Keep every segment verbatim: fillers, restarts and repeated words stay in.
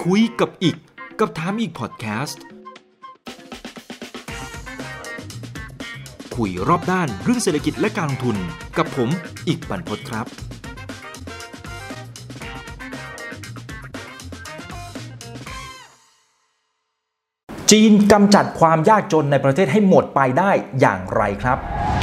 คุยกับอีกกับถามอีกพอดแคสต์คุยรอบด้านเรื่องเศรษฐกิจและการลงทุนกับผมอีกบรรพตครับจีนกำจัดความยากจนในประเทศให้หมดไปได้อย่างไรครับ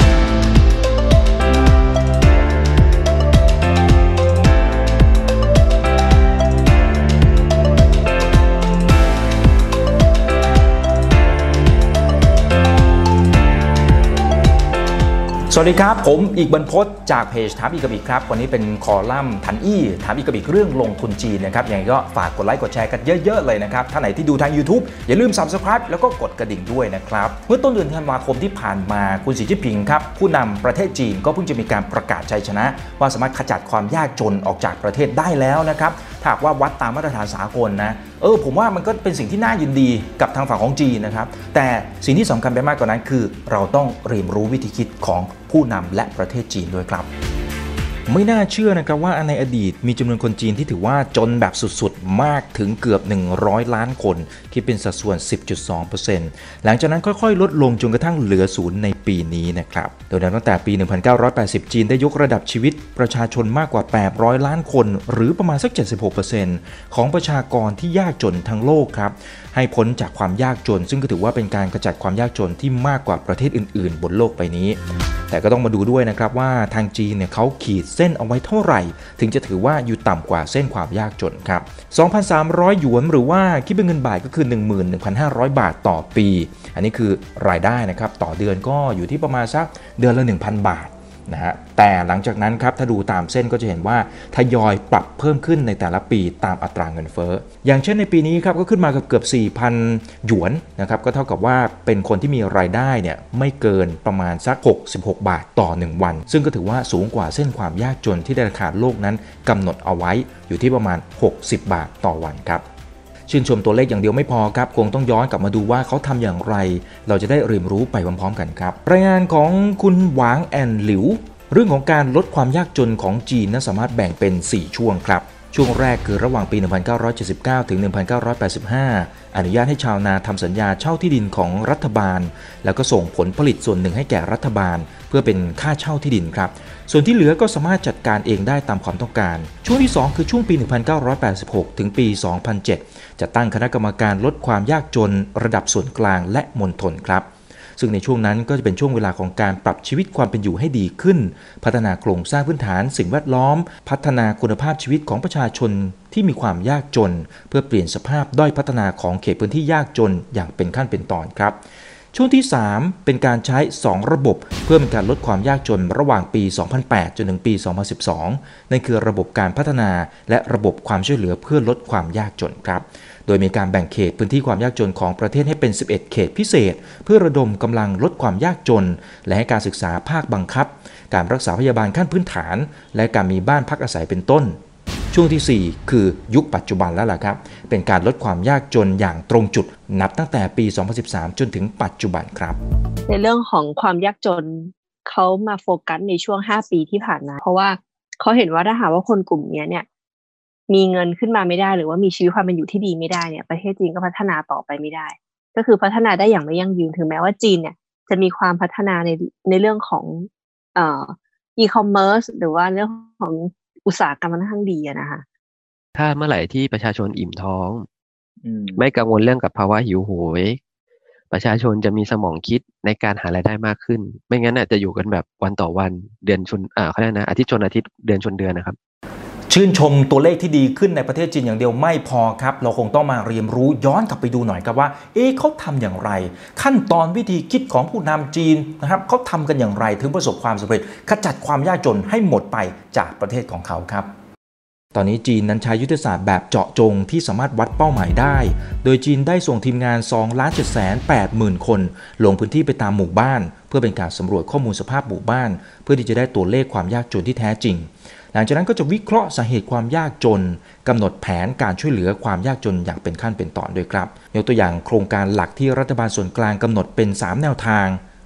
สวัสดีครับผมอีกบรรพตจากเพจถามอีกกับอีกครับวันนี้เป็นคอลัมน์ทันอี้ถามอีกกับอีกเรื่องลงทุนจีนนะครับยังไงก็ฝากกดไลค์กดแชร์กันเยอะๆเลยนะครับถ้าไหนที่ดูทาง YouTube อย่าลืม ซับสไครบ์ แล้วก็กดกระดิ่งด้วยนะครับเมื่อต้นเดือนธันวาคมที่ผ่านมาคุณสีจิ้นผิงครับผู้นำประเทศจีนก็เพิ่งจะมีการประกาศชัยชนะว่าสามารถขจัดความยากจนออกจากประเทศได้แล้วนะครับถ้าหากว่าวัดตามมาตรฐานสากลนะเออผมว่ามันก็เป็นสิ่งที่น่ายินดีกับทางฝั่งของจีนนะครับแต่สิ่งที่สำคัญไปมากกว่านั้นคือเราต้องเรียนรู้วิธีคิดของผู้นำและประเทศจีนด้วยครับไม่น่าเชื่อนะครับว่าในอดีตมีจำนวนคนจีนที่ถือว่าจนแบบสุดๆมากถึงเกือบหนึ่งร้อยล้านคนคิดเป็นสัดส่วน สิบจุดสองเปอร์เซ็นต์ หลังจากนั้นค่อยๆลดลงจนกระทั่งเหลือศูนย์ในปีนี้นะครับโดยตั้งแต่ปี หนึ่งพันเก้าร้อยแปดสิบ จีนได้ยกระดับชีวิตประชาชนมากกว่าแปดร้อยล้านคนหรือประมาณสัก เจ็ดสิบหกเปอร์เซ็นต์ ของประชากรที่ยากจนทั้งโลกครับให้พ้นจากความยากจนซึ่งก็ถือว่าเป็นการกระจัดความยากจนที่มากกว่าประเทศอื่นๆบนโลกใบนี้แต่ก็ต้องมาดูด้วยนะครับว่าทางจีนเนี่ยเขาขีดเส้นเอาไว้เท่าไหร่ถึงจะถือว่าอยู่ต่ำกว่าเส้นความยากจนครับ สองพันสามร้อย หยวนหรือว่าคิดเป็นเงินบาทก็คือ หนึ่งหมื่นหนึ่งพันห้าร้อย บาทต่อปีอันนี้คือรายได้นะครับต่อเดือนก็อยู่ที่ประมาณสักเดือนละ หนึ่งพัน บาทนะฮะแต่หลังจากนั้นครับถ้าดูตามเส้นก็จะเห็นว่าทยอยปรับเพิ่มขึ้นในแต่ละปีตามอัตราเงินเฟ้ออย่างเช่นในปีนี้ครับก็ขึ้นมาเกือบ สี่พัน หยวนนะครับก็เท่ากับว่าเป็นคนที่มีรายได้เนี่ยไม่เกินประมาณสักหกสิบหกบาทต่อหนึ่งวันซึ่งก็ถือว่าสูงกว่าเส้นความยากจนที่ธนาคารโลกนั้นกำหนดเอาไว้อยู่ที่ประมาณหกสิบบาทต่อวันครับชื่นชมตัวเลขอย่างเดียวไม่พอครับคงต้องย้อนกลับมาดูว่าเขาทำอย่างไรเราจะได้เรียนรู้ไปพร้อมๆกันครับรายงานของคุณหวางแอนหลิวเรื่องของการลดความยากจนของจีนนั้นสามารถแบ่งเป็นสี่ช่วงครับช่วงแรกคือระหว่างปี หนึ่งพันเก้าร้อยเจ็ดสิบเก้า ถึง หนึ่งพันเก้าร้อยแปดสิบห้า อนุญาตให้ชาวนาทำสัญญาเช่าที่ดินของรัฐบาลแล้วก็ส่งผลผลิตส่วนหนึ่งให้แก่รัฐบาลเพื่อเป็นค่าเช่าที่ดินครับส่วนที่เหลือก็สามารถจัดการเองได้ตามความต้องการช่วงที่สองคือช่วงปี หนึ่งพันเก้าร้อยแปดสิบหก ถึงปี สองพันเจ็ด จะตั้งคณะกรรมการลดความยากจนระดับส่วนกลางและมณฑลครับซึ่งในช่วงนั้นก็จะเป็นช่วงเวลาของการปรับชีวิตความเป็นอยู่ให้ดีขึ้นพัฒนาโครงสร้างพื้นฐานสิ่งแวดล้อมพัฒนาคุณภาพชีวิตของประชาชนที่มีความยากจนเพื่อเปลี่ยนสภาพด้อยพัฒนาของเขตพื้นที่ยากจนอย่างเป็นขั้นเป็นตอนครับช่วงที่สามเป็นการใช้สองระบบเพื่อเป็นการลดความยากจนระหว่างปี สองพันแปด จนถึงปี สองพันสิบสอง นั่นคือระบบการพัฒนาและระบบความช่วยเหลือเพื่อลดความยากจนครับโดยมีการแบ่งเขตพื้นที่ความยากจนของประเทศให้เป็นสิบเอ็ดเขตพิเศษเพื่อระดมกำลังลดความยากจนและให้การศึกษาภาคบังคับการรักษาพยาบาลขั้นพื้นฐานและการมีบ้านพักอาศัยเป็นต้นช่วงที่สี่คือยุคปัจจุบันแล้วล่ะครับเป็นการลดความยากจนอย่างตรงจุดนับตั้งแต่ปี สองพันสิบสาม จนถึงปัจจุบันครับในเรื่องของความยากจนเขามาโฟกัสในช่วงห้าปีที่ผ่านมาเพราะว่าเขาเห็นว่าถ้าหากว่าคนกลุ่มนี้เนี่ยมีเงินขึ้นมาไม่ได้หรือว่ามีชีวิตความเป็นอยู่ที่ดีไม่ได้เนี่ยประเทศจีนก็พัฒนาต่อไปไม่ได้ก็คือพัฒนาได้อย่างไม่ยั่งยืนถึงแม้ว่าจีนเนี่ยจะมีความพัฒนาในในเรื่องของเอ่ออีคอมเมิร์ซหรือว่าเรื่องของอุตสาหกรรมมันค่อนข้างดีอะนะคะถ้าเมื่อไหร่ที่ประชาชนอิ่มท้องไม่กังวลเรื่องกับภาวะหิวโหยประชาชนจะมีสมองคิดในการหารายได้มากขึ้นไม่งั้นน่ะจะอยู่กันแบบวันต่อวันเดือนชนอ่าเขาเรียกนะอาทิตย์ชนอาทิตย์เดือนชนเดือนนะครับชื่นชมตัวเลขที่ดีขึ้นในประเทศจีนอย่างเดียวไม่พอครับเราคงต้องมาเรียนรู้ย้อนกลับไปดูหน่อยครับว่าเอ๊ะเขาทำอย่างไรขั้นตอนวิธีคิดของผู้นำจีนนะครับเขาทำกันอย่างไรถึงประสบความสำเร็จขจัดความยากจนให้หมดไปจากประเทศของเขาครับตอนนี้จีนนั้นใช้ยุทธศาสตร์แบบเจาะจงที่สามารถวัดเป้าหมายได้โดยจีนได้ส่งทีมงาน สองล้านเจ็ดแสนแปดหมื่น คนลงพื้นที่ไปตามหมู่บ้านเพื่อเป็นการสำรวจข้อมูลสภาพหมู่บ้านเพื่อที่จะได้ตัวเลขความยากจนที่แท้จริงหลังจากนั้นก็จะวิเคราะห์สาเหตุความยากจนกำหนดแผนการช่วยเหลือความยากจนอย่างเป็นขั้นเป็นตอนด้วยครับยกตัวอย่างโครงการหลักที่รัฐบาลส่วนกลางกำหนดเป็นสามแนวทาง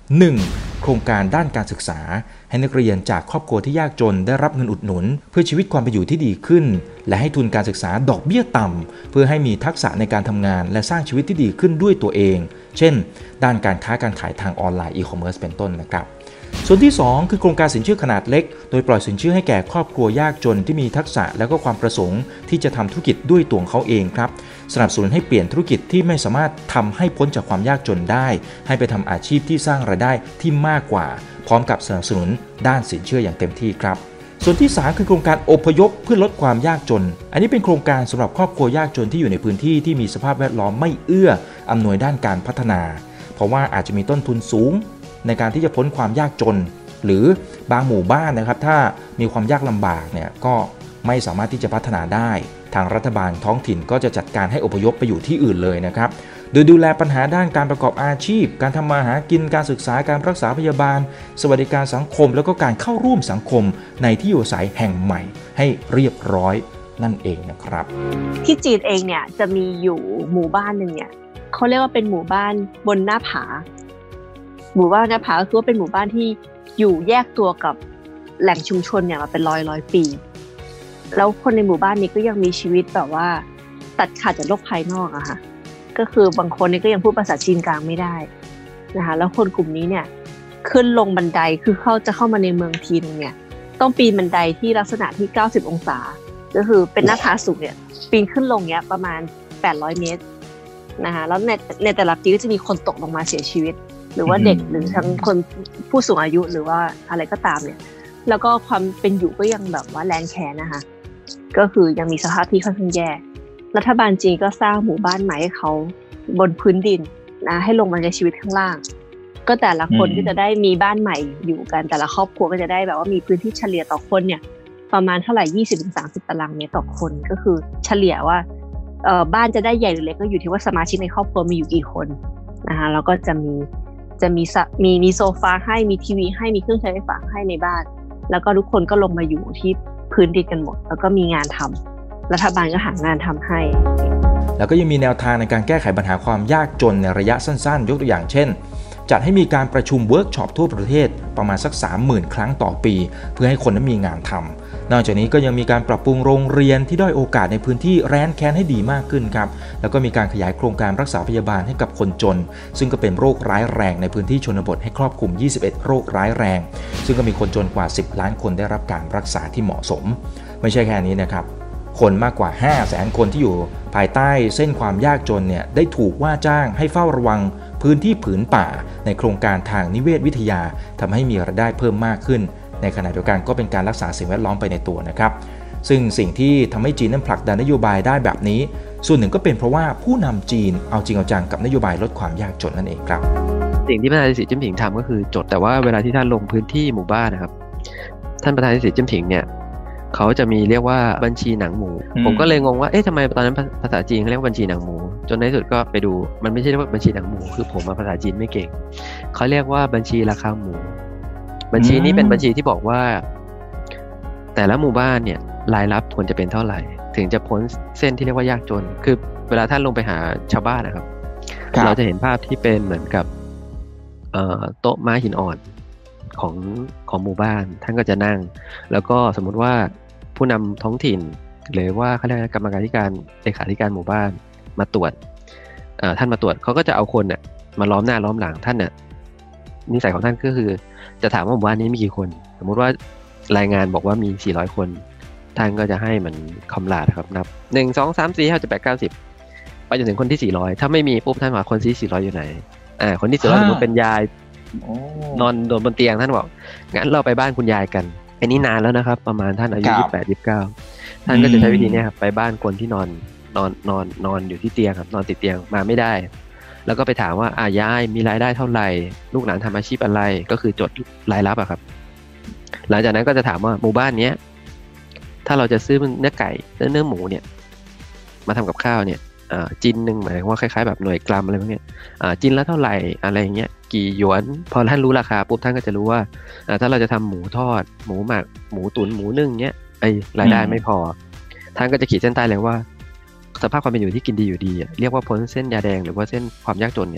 หนึ่ง โครงการด้านการศึกษาให้นักเรียนจากครอบครัวที่ยากจนได้รับเงินอุดหนุนเพื่อชีวิตความเป็นอยู่ที่ดีขึ้นและให้ทุนการศึกษาดอกเบี้ยต่ำเพื่อให้มีทักษะในการทำงานและสร้างชีวิตที่ดีขึ้นด้วยตัวเองเช่นด้านการค้าการขายทางออนไลน์อีคอมเมิร์ซเป็นต้นนะครับส่วนที่สองคือโครงการสินเชื่อขนาดเล็กโดยปล่อยสินเชื่อให้แก่ครอบครัวยากจนที่มีทักษะและก็ความประสงค์ที่จะทำธุรกิจด้วยตัวเขาเองครับสนับสนุนให้เปลี่ยนธุรกิจที่ไม่สามารถทำให้พ้นจากความยากจนได้ให้ไปทำอาชีพที่สร้างรายได้ที่มากกว่าพร้อมกับสนับสนุนด้านสินเชื่ออย่างเต็มที่ครับส่วนที่สามคือโครงการอพยพเพื่อลดความยากจนอันนี้เป็นโครงการสำหรับครอบครัวยากจนที่อยู่ในพื้นที่ที่มีสภาพแวดล้อมไม่เอื้ออำนวยด้านการพัฒนาเพราะว่าอาจจะมีต้นทุนสูงในการที่จะพ้นความยากจนหรือบางหมู่บ้านนะครับถ้ามีความยากลำบากเนี่ยก็ไม่สามารถที่จะพัฒนาได้ทางรัฐบาลท้องถิ่นก็จะจัดการให้อพยพไปอยู่ที่อื่นเลยนะครับโดยดูแลปัญหาด้านการประกอบอาชีพการทำมาหากินการศึกษาการรักษาพยาบาลสวัสดิการสังคมแล้วก็การเข้าร่วมสังคมในที่อยู่อาศัยแห่งใหม่ให้เรียบร้อยนั่นเองนะครับที่จีนเองเนี่ยจะมีอยู่หมู่บ้านหนึ่งเนี่ยเขาเรียกว่าเป็นหมู่บ้านบนหน้าผาหมู่บ้านหน้าผาก็คือว่าเป็นหมู่บ้านที่อยู่แยกตัวกับแหล่งชุมชนเนี่ยมาเป็นร้อยร้อยปีแล้วคนในหมู่บ้านนี้ก็ยังมีชีวิตแบบว่าตัดขาดจากโลกภายนอกอะค่ะก็คือบางคนนี่ก็ยังพูดภาษาจีนกลางไม่ได้นะคะแล้วคนกลุ่มนี้เนี่ยขึ้นลงบันไดคือเขาจะเข้ามาในเมืองทีนึงเนี่ยต้องปีนบันไดที่ลักษณะที่เก้าสิบองศาก็คือเป็นหน้าผาสูงเนี่ยปีนขึ้นลงเนี้ยประมาณแปดร้อยเมตรนะคะแล้วในในแต่ละปีก็จะมีคนตกลงมาเสียชีวิตหรือว่าเด็กหรือทั้งคนผู้สูงอายุหรือว่าอะไรก็ตามเนี่ยแล้วก็ความเป็นอยู่ก็ยังแบบว่าแรงแค้นนะคะก็คือยังมีสภาพที่ค่อนข้างแย่รัฐบาลจีนก็สร้างหมู่บ้านใหม่ให้เขาบนพื้นดินนะให้ลงมาในชีวิตข้างล่างก็แต่ละคนก็จะได้มีบ้านใหม่อยู่กันแต่ละครอบครัวก็จะได้แบบว่ามีพื้นที่เฉลี่ยต่อคนเนี่ยประมาณเท่าไหร่ ยี่สิบถึงสามสิบ ตารางเมตรต่อคนก็คือเฉลี่ยว่าเอ่อบ้านจะได้ใหญ่หรือเล็กก็อยู่ที่ว่าสมาชิกในครอบครัวมีอยู่กี่คนนะคะแล้วก็จะมีจะมีมีมีโซฟาให้มีทีวีให้มีเครื่องใช้ไฟฟ้าให้ในบ้านแล้วก็ทุกคนก็ลงมาอยู่ที่พื้นดินกันหมดแล้วก็มีงานทำรัฐบาลก็หางานทำให้แล้วก็ยังมีแนวทางในการแก้ไขปัญหาความยากจนในระยะสั้นๆยกตัวอย่างเช่นจัดให้มีการประชุมเวิร์กช็อปทั่วประเทศประมาณสัก สามหมื่น ครั้งต่อปีเพื่อให้คนนั้นมีงานทำนอกจากนี้ก็ยังมีการปรับปรุงโรงเรียนที่ด้อยโอกาสในพื้นที่แร้นแค้นให้ดีมากขึ้นครับแล้วก็มีการขยายโครงการรักษาพยาบาลให้กับคนจนซึ่งก็เป็นโรคร้ายแรงในพื้นที่ชนบทให้ครอบคลุมยี่สิบเอ็ดโรคร้ายแรงซึ่งก็มีคนจนกว่าสิบล้านคนได้รับการรักษาที่เหมาะสมไม่ใช่แค่นี้นะครับคนมากกว่า ห้าแสน คนที่อยู่ภายใต้เส้นความยากจนเนี่ยได้ถูกว่าจ้างให้เฝ้าระวังพื้นที่ผืนป่าในโครงการทางนิเวศวิทยาทำให้มีรายได้เพิ่มมากขึ้นในขณะเดียวกันก็เป็นการรักษาสิ่งแวดล้อมไปในตัวนะครับซึ่งสิ่งที่ทำให้จีนนั้นผลักดันนโยบายได้แบบนี้ส่วนหนึ่งก็เป็นเพราะว่าผู้นำจีนเอาจริงเอาจังกับนโยบายลดความยากจนนั่นเองครับสิ่งที่ประธานาธิบดีสีจิ้นผิงทำก็คือจดแต่ว่าเวลาที่ท่านลงพื้นที่หมู่บ้านนะครับท่านประธานาธิบดีสีจิ้นผิงเนี่ยเขาจะมีเรียกว่าบัญชีหนังหมูผมก็เลยงงว่าเอ๊ะทำไมตอนนั้นภาษาจีนเขาเรียกว่าบัญชีหนังหมูจนในที่สุดก็ไปดูมันไม่ใช่เรียกว่าบัญชีหนังหมูคือผมภาษาจีนไม่เก่งเขาเรียกว่าบัญชีราคาหมูบัญชีนี้เป็นบัญชีที่บอกว่าแต่ละหมู่บ้านเนี่ยรายรับควรจะเป็นเท่าไหร่ถึงจะพ้นเส้นที่เรียกว่ายากจนคือเวลาท่านลงไปหาชาวบ้านนะครับเราจะเห็นภาพที่เป็นเหมือนกับโต๊ะม้าหินอ่อนของของหมู่บ้านท่านก็จะนั่งแล้วก็สมมุติว่าผู้นำท้องถิ่นหรือว่าเขาเรียกกรรมการธิการเลขาธิการหมู่บ้านมาตรวจท่านมาตรวจเขาก็จะเอาคนเนี่ยมาล้อมหน้าล้อมหลังท่านเนี่ยนิสัยของท่านก็คือจะถามว่าหมู่บ้านนี้มีกี่คนสมมุติว่ารายงานบอกว่ามีสี่ร้อยคนท่านก็จะให้มันคอมลาดครับนับหนึ่ง สอง สาม สี่ ห้า หก เจ็ด แปด เก้า สิบไปจนถึงคนที่สี่ร้อยถ้าไม่มีปุ๊บท่านว่าคนที่สี่ร้อยอยู่ไหนอ่าคนที่สี่ร้อยสมมติเป็นยายนอนโดนบนเตียงท่านบอกงั้นเราไปบ้านคุณยายกันอันนี้นานแล้วนะครับประมาณท่านอายุยี่สิบแปด ยี่สิบเก้าท่านก็จะใช้วิธีนี้ครับไปบ้านคนที่นอนนอนนอนนอนอยู่ที่เตียงครับนอนติดเตียงมาไม่ได้แล้วก็ไปถามว่าอ่ายายมีรายได้เท่าไหร่ลูกหลานทำอาชีพอะไรก็คือจดรายรับอะครับหลังจากนั้นก็จะถามว่าหมู่บ้านเนี้ยถ้าเราจะซื้อเนื้อไก่เนื้อเนื้อหมูเนี่ยมาทำกับข้าวเนี่ยอ่าจินนึงหมายว่าคล้ายๆแบบหน่วยกรัมอะไรพวกเนี้ยอ่าจินละเท่าไหร่อะไรเงี้ยกี่หยวนพอท่านรู้ราคาปุ๊บท่านก็จะรู้ว่าอ่าถ้าเราจะทำหมูทอดหมูหมักหมูตุ๋นหมูนึ่งเนี้ยไอ้รายได้ไม่พอท่านก็จะขีดเส้นใต้เลยว่าสภาพความเป็นอยู่ที่กินดีอยู่ดีเรียกว่าพ้นเส้นยาแดงหรือว่าเส้นความยากจนเนี่ย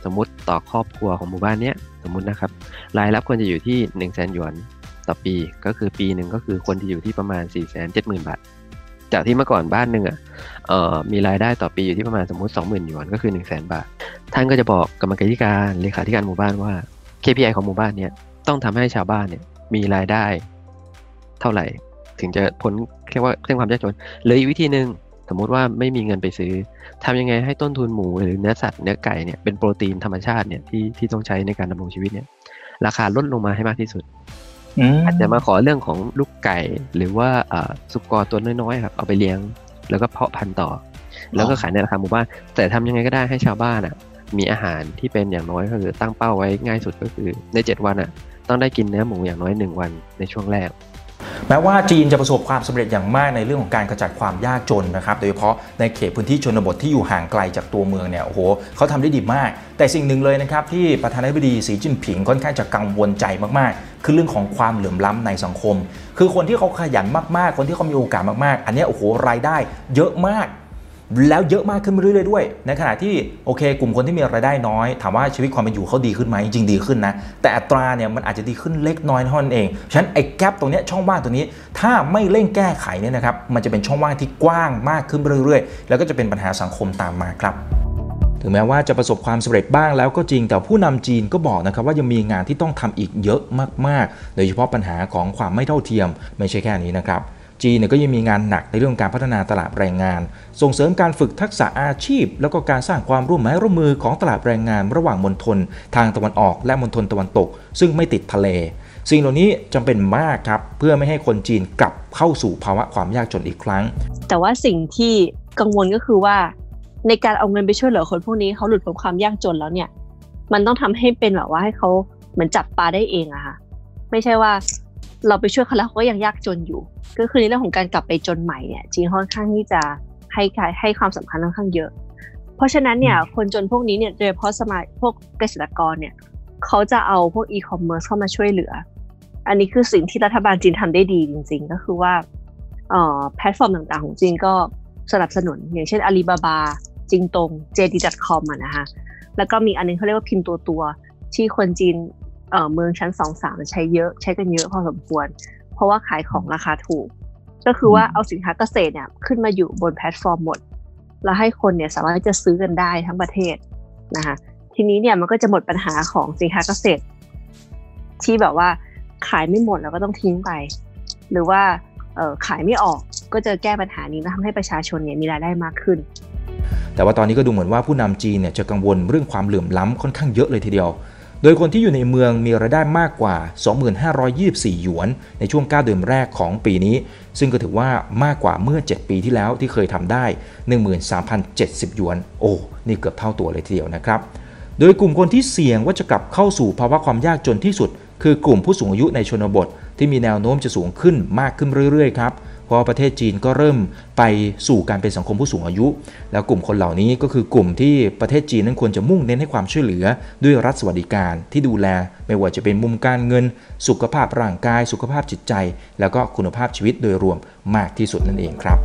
สมมุติต่อครอบครัวของหมู่บ้านเนี้ยสมมุตินะครับรายรับควรจะอยู่ที่หนึ่งแสนหยวนต่อปีก็คือปีหนึ่งก็คือควรจะอยู่ที่ประมาณ สี่แสนเจ็ดหมื่น บาทจากที่เมื่อก่อนบ้านหนึ่งอ่ะเอ่อมีรายได้ต่อปีอยู่ที่ประมาณสมมุติ สองหมื่น หยวนก็คือ หนึ่งแสน บาทท่านก็จะบอกกรรมการการเลขาธิการหมู่บ้านว่า เค พี ไอ ของหมู่บ้านเนี้ยต้องทำให้ชาวบ้านเนี่ยมีรายได้เท่าไหร่ถึงจะพ้นเรียกว่าเรื่องความยากจนหรืออีกวิธีหนึ่งสมมุติว่าไม่มีเงินไปซื้อทำยังไงให้ต้นทุนหมูหรือเนื้อสัตว์เนื้อไก่เนี่ยเป็นโปรตีนธรรมชาติเนี่ยที่ที่ต้องใช้ในการดำรงชีวิตเนี่ยราคาลดลงมาให้มากที่สุดอาจจะมาขอเรื่องของลูกไก่หรือว่าสุกรตัวน้อยๆครับเอาไปเลี้ยงแล้วก็เพาะพันธุ์ต่อแล้วก็ขายในราคาหมู่บ้านแต่ทำยังไงก็ได้ให้ชาวบ้านอ่ะมีอาหารที่เป็นอย่างน้อยก็คือตั้งเป้าไว้ง่ายสุดก็คือในเจ็ดวันอ่ะต้องได้กินเนื้อหมูอย่างน้อยหนึ่งวันในช่วงแรกแม้ว่าจีนจะประสบความสำเร็จอย่างมากในเรื่องของการกำจัดความยากจนนะครับโดยเฉพาะในเขตพื้นที่ชนบทที่อยู่ห่างไกลจากตัวเมืองเนี่ยโอ้โหเขาทำได้ดีมากแต่สิ่งหนึ่งเลยนะครับที่ประธานาธิบดีสีจิ้นผิงค่อนข้างจะกังวลใจมากๆคือเรื่องของความเหลื่อมล้ำในสังคมคือคนที่เขาขยันมากๆคนที่เขามีโอกาสมากๆอันนี้โอ้โหรายได้เยอะมากแล้วเยอะมากขึ้นเรื่อยๆด้วยในขณะที่โอเคกลุ่มคนที่มีรายได้น้อยถามว่าชีวิตความเป็นอยู่เขาดีขึ้นไหมจริงดีขึ้นนะแต่อัตราเนี่ยมันอาจจะดีขึ้นเล็กน้อยเท่านั้นเองฉะนั้นไอ้แกลบตรงนี้ช่องว่างตรงนี้ถ้าไม่เร่งแก้ไขเนี่ยนะครับมันจะเป็นช่องว่างที่กว้างมากขึ้นเรื่อยๆแล้วก็จะเป็นปัญหาสังคมตามมาครับถึงแม้ว่าจะประสบความสำเร็จบ้างแล้วก็จริงแต่ผู้นำจีนก็บอกนะครับว่ายังมีงานที่ต้องทำอีกเยอะมากๆโดยเฉพาะปัญหาของความไม่เท่าเทียมไม่ใช่แค่นี้นะครับจีนเนี่ยก็ยังมีงานหนักในเรื่องการพัฒนาตลาดแรงงานส่งเสริมการฝึกทักษะอาชีพแล้วก็การสร้างความร่วมไม้ร่วมมือของตลาดแรงงานระหว่างมณฑลทางตะวันออกและมณฑลตะวันตกซึ่งไม่ติดทะเลสิ่งเหล่านี้จำเป็นมากครับเพื่อไม่ให้คนจีนกลับเข้าสู่ภาวะความยากจนอีกครั้งแต่ว่าสิ่งที่กังวลก็คือว่าในการเอาเงินไปช่วยเหลือคนพวกนี้เขาหลุดพ้นความยากจนแล้วเนี่ยมันต้องทำให้เป็นแบบว่าให้เขาเหมือนจับปลาได้เองอะค่ะไม่ใช่ว่าเราไปช่วยเขาแล้วเขาก็ยังยากจนอยู่ก็คือในเรื่องของการกลับไปจนใหม่เนี่ยจีนค่อนข้างที่จะให้ให้ความสำคัญค่อนข้างเยอะเพราะฉะนั้นเนี่ยคนจนพวกนี้เนี่ยโดยเฉพาะสมัยพวกเกษตรกรเนี่ยเขาจะเอาพวกอีคอมเมิร์ซเข้ามาช่วยเหลืออันนี้คือสิ่งที่รัฐบาลจีนทำได้ดีจริงๆก็คือว่าเอ่อแพลตฟอร์มต่างๆของจีนก็สนับสนุนอย่างเช่น Alibaba จิงตง เจ ดี ดอท คอม อ่ะนะคะแล้วก็มีอันนึงเขาเรียกว่าพิมพ์ตัวตัวที่คนจีนเอ่อเมืองชั้น สอง สาม ใช้เยอะใช้กันเยอะพอสมควรเพราะว่าขายของราคาถูกก็คือว่าเอาสินค้าเกษตรเนี่ยขึ้นมาอยู่บนแพลตฟอร์มหมดแล้วให้คนเนี่ยสามารถจะซื้อกันได้ทั้งประเทศนะคะทีนี้เนี่ยมันก็จะหมดปัญหาของสินค้าเกษตรที่แบบว่าขายไม่หมดแล้วก็ต้องทิ้งไปหรือว่าเอ่อขายไม่ออกก็จะแก้ปัญหานี้แล้วทำให้ประชาชนเนี่ยมีรายได้มากขึ้นแต่ว่าตอนนี้ก็ดูเหมือนว่าผู้นำจีนเนี่ยจะกังวลเรื่องความเหลื่อมล้ำค่อนข้างเยอะเลยทีเดียวโดยคนที่อยู่ในเมืองมีรายได้มากกว่า สองพันห้าร้อยยี่สิบสี่ หยวนในช่วงเก้าเดือนแรกของปีนี้ซึ่งก็ถือว่ามากกว่าเมื่อเจ็ดปีที่แล้วที่เคยทำได้ หนึ่งหมื่นสามพันเจ็ดสิบ หยวนโอ้นี่เกือบเท่าตัวเลยทีเดียวนะครับโดยกลุ่มคนที่เสี่ยงว่าจะกลับเข้าสู่ภาวะความยากจนที่สุดคือกลุ่มผู้สูงอายุในชนบทที่มีแนวโน้มจะสูงขึ้นมากขึ้นเรื่อยๆครับเพราะประเทศจีนก็เริ่มไปสู่การเป็นสังคมผู้สูงอายุแล้วกลุ่มคนเหล่านี้ก็คือกลุ่มที่ประเทศจีนนั้นควรจะมุ่งเน้นให้ความช่วยเหลือด้วยรัฐสวัสดิการที่ดูแลไม่ว่าจะเป็นมุมการเงินสุขภาพร่างกายสุขภาพจิตใจแล้วก็คุณภาพชีวิตโดยรวมมากที่สุดนั่นเองครับ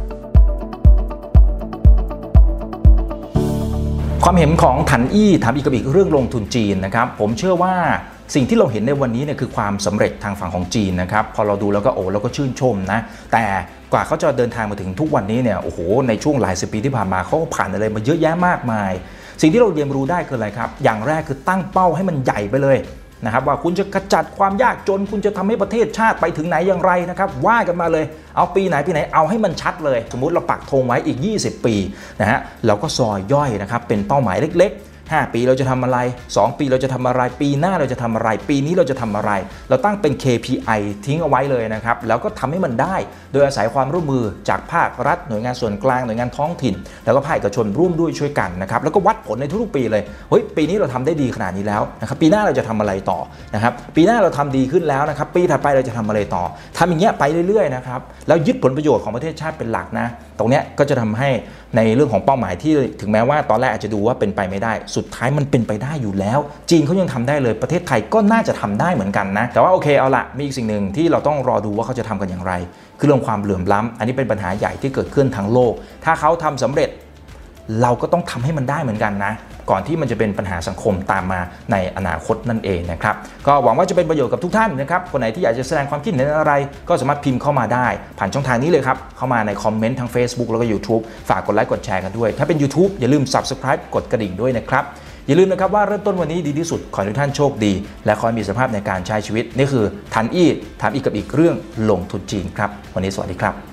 ความเห็นของถันอี้ถามอีกกับอีกเรื่องลงทุนจีนนะครับผมเชื่อว่าสิ่งที่เราเห็นในวันนี้เนี่ยคือความสำเร็จทางฝั่งของจีนนะครับพอเราดูแล้วก็โอ้เราก็ชื่นชมนะแต่กว่าเขาจะเดินทางมาถึงทุกวันนี้เนี่ยโอ้โหในช่วงหลายสิบปีที่ผ่านมาเขาก็ผ่านอะไรมาเยอะแยะมากมายสิ่งที่เราเรียนรู้ได้คืออะไรครับอย่างแรกคือตั้งเป้าให้มันใหญ่ไปเลยนะครับว่าคุณจะกระจัดความยากจนคุณจะทำให้ประเทศชาติไปถึงไหนอย่างไรนะครับว่ากันมาเลยเอาปีไหนปีไหนเอาให้มันชัดเลยสมมุติเราปักธงไว้อีกยี่สิบปีนะฮะเราก็ซอยย่อยนะครับเป็นเป้าหมายเล็กๆห้าปีเราจะทำอะไรสองปีเราจะทำอะไรปีหน้าเราจะทำอะไรปีนี้เราจะทำอะไรเราตั้งเป็น เค พี ไอ ทิ้งเอาไว้เลยนะครับแล้วก็ทำให้มันได้โดยอาศัยความร่วมมือจากภาครัฐหน่วยงานส่วนกลางหน่วยงานท้องถิ่นแล้วก็ภาคเอกชนร่วมด้วยช่วยกันนะครับแล้วก็วัดผลในทุกๆปีเลยเฮ้ยปีนี้เราทำได้ดีขนาดนี้แล้วนะครับปีหน้าเราจะทำอะไรต่อนะครับปีหน้าเราทำดีขึ้นแล้วนะครับปีถัดไปเราจะทำอะไรต่อทำอย่างเงี้ยไปเรื่อยๆนะครับแล้วยึดผลประโยชน์ของประเทศชาติเป็นหลักนะตรงเนี้ยก็จะทำให้ในเรื่องของเป้าหมายที่ถึงแม้ว่าตอนแรกอาจจะดูว่าเป็นไปไม่ได้สุดท้ายมันเป็นไปได้อยู่แล้วจีนเขายังทำได้เลยประเทศไทยก็น่าจะทำได้เหมือนกันนะแต่ว่าโอเคเอาละมีอีกสิ่งหนึ่งที่เราต้องรอดูว่าเขาจะทำกันอย่างไรคือเรื่องความเหลื่อมล้ำอันนี้เป็นปัญหาใหญ่ที่เกิดขึ้นทั้งโลกถ้าเขาทำสำเร็จเราก็ต้องทำให้มันได้เหมือนกันนะก่อนที่มันจะเป็นปัญหาสังคมตามมาในอนาคตนั่นเองนะครับก็หวังว่าจะเป็นประโยชน์กับทุกท่านนะครับคนไหนที่อยากจะแสดงความคิดเห็นอะไรก็สามารถพิมพ์เข้ามาได้ผ่านช่องทางนี้เลยครับเข้ามาในคอมเมนต์ทาง Facebook แล้วก็ YouTube ฝากกดไลค์กดแชร์กันด้วยถ้าเป็น YouTube อย่าลืม Subscribe กดกระดิ่งด้วยนะครับอย่าลืมนะครับว่าเริ่มต้นวันนี้ดีที่สุดขอให้ทุกท่านโชคดีและขอให้มีสภาพในการใช้ชีวิตนี่คือทันอี้ถามอีกกับอีกเรื่องลงทุนจีนครับวันนี้สวัสดีครับ